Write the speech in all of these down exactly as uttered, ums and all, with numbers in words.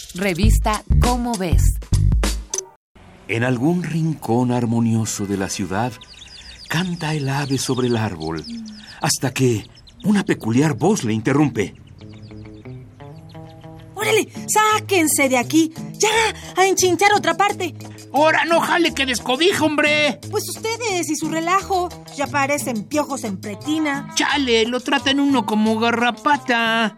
Revista Cómo Ves. En algún rincón armonioso de la ciudad canta el ave sobre el árbol, hasta que una peculiar voz le interrumpe. ¡Órale! ¡Sáquense de aquí! ¡Ya! ¡A enchinchar otra parte! ¡Ahora no jale que descobija, hombre! Pues ustedes y su relajo. Ya parecen piojos en pretina. ¡Chale! Lo tratan uno como garrapata.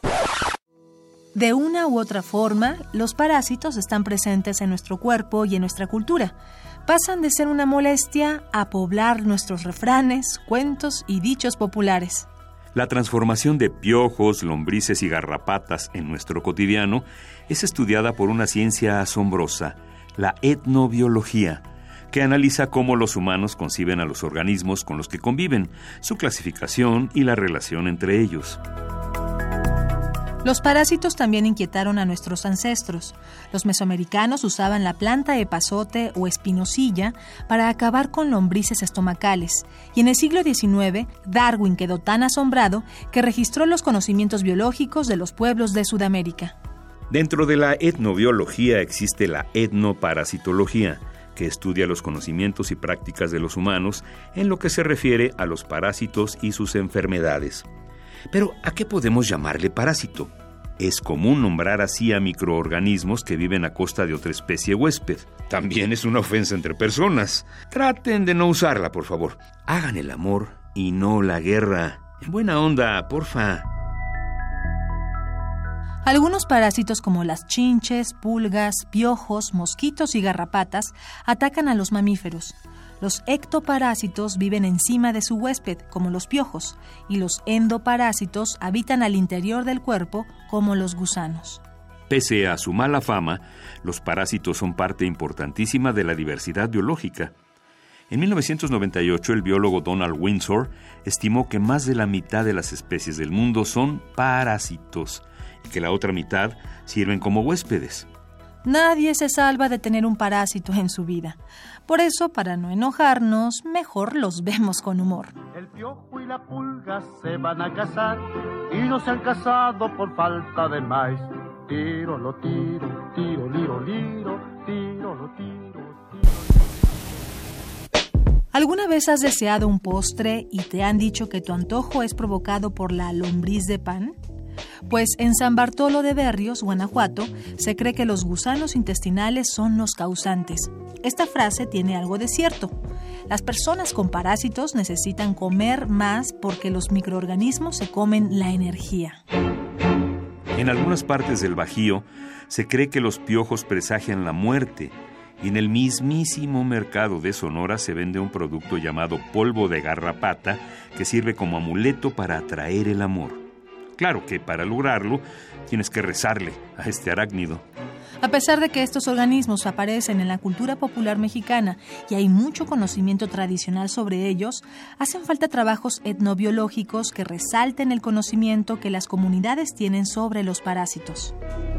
De una u otra forma, los parásitos están presentes en nuestro cuerpo y en nuestra cultura. Pasan de ser una molestia a poblar nuestros refranes, cuentos y dichos populares. La transformación de piojos, lombrices y garrapatas en nuestro cotidiano es estudiada por una ciencia asombrosa, la etnobiología, que analiza cómo los humanos conciben a los organismos con los que conviven, su clasificación y la relación entre ellos. Los parásitos también inquietaron a nuestros ancestros. Los mesoamericanos usaban la planta epazote o espinosilla para acabar con lombrices estomacales. Y en el siglo diecinueve, Darwin quedó tan asombrado que registró los conocimientos biológicos de los pueblos de Sudamérica. Dentro de la etnobiología existe la etnoparasitología, que estudia los conocimientos y prácticas de los humanos en lo que se refiere a los parásitos y sus enfermedades. Pero, ¿a qué podemos llamarle parásito? Es común nombrar así a microorganismos que viven a costa de otra especie huésped. También es una ofensa entre personas. Traten de no usarla, por favor. Hagan el amor y no la guerra. En buena onda, porfa. Algunos parásitos como las chinches, pulgas, piojos, mosquitos y garrapatas atacan a los mamíferos. Los ectoparásitos viven encima de su huésped, como los piojos, y los endoparásitos habitan al interior del cuerpo, como los gusanos. Pese a su mala fama, los parásitos son parte importantísima de la diversidad biológica. En mil novecientos noventa y ocho, el biólogo Donald Windsor estimó que más de la mitad de las especies del mundo son parásitos y que la otra mitad sirven como huéspedes. Nadie se salva de tener un parásito en su vida. Por eso, para no enojarnos, mejor los vemos con humor. El piojo y la pulga se van a casar y no se han casado por falta de maíz. Tiro, lo tiro, tiro, liro, liro, tiro, lo tiro, tiro. ¿Alguna vez has deseado un postre y te han dicho que tu antojo es provocado por la lombriz de pan? Pues en San Bartolo de Berrios, Guanajuato, se cree que los gusanos intestinales son los causantes. Esta frase tiene algo de cierto. Las personas con parásitos necesitan comer más porque los microorganismos se comen la energía. En algunas partes del Bajío se cree que los piojos presagian la muerte, y en el mismísimo mercado de Sonora se vende un producto llamado polvo de garrapata que sirve como amuleto para atraer el amor. Claro que para lograrlo tienes que rezarle a este arácnido. A pesar de que estos organismos aparecen en la cultura popular mexicana y hay mucho conocimiento tradicional sobre ellos, hacen falta trabajos etnobiológicos que resalten el conocimiento que las comunidades tienen sobre los parásitos.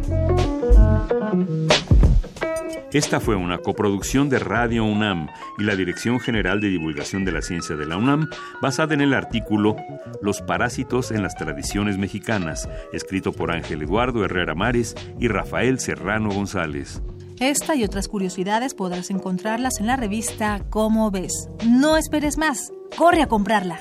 Esta fue una coproducción de Radio UNAM y la Dirección General de Divulgación de la Ciencia de la UNAM, basada en el artículo Los parásitos en las tradiciones mexicanas, escrito por Ángel Eduardo Herrera Mares y Rafael Serrano González. Esta y otras curiosidades podrás encontrarlas en la revista Cómo Ves. No esperes más, corre a comprarla.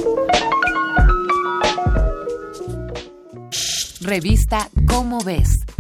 Revista Cómo Ves.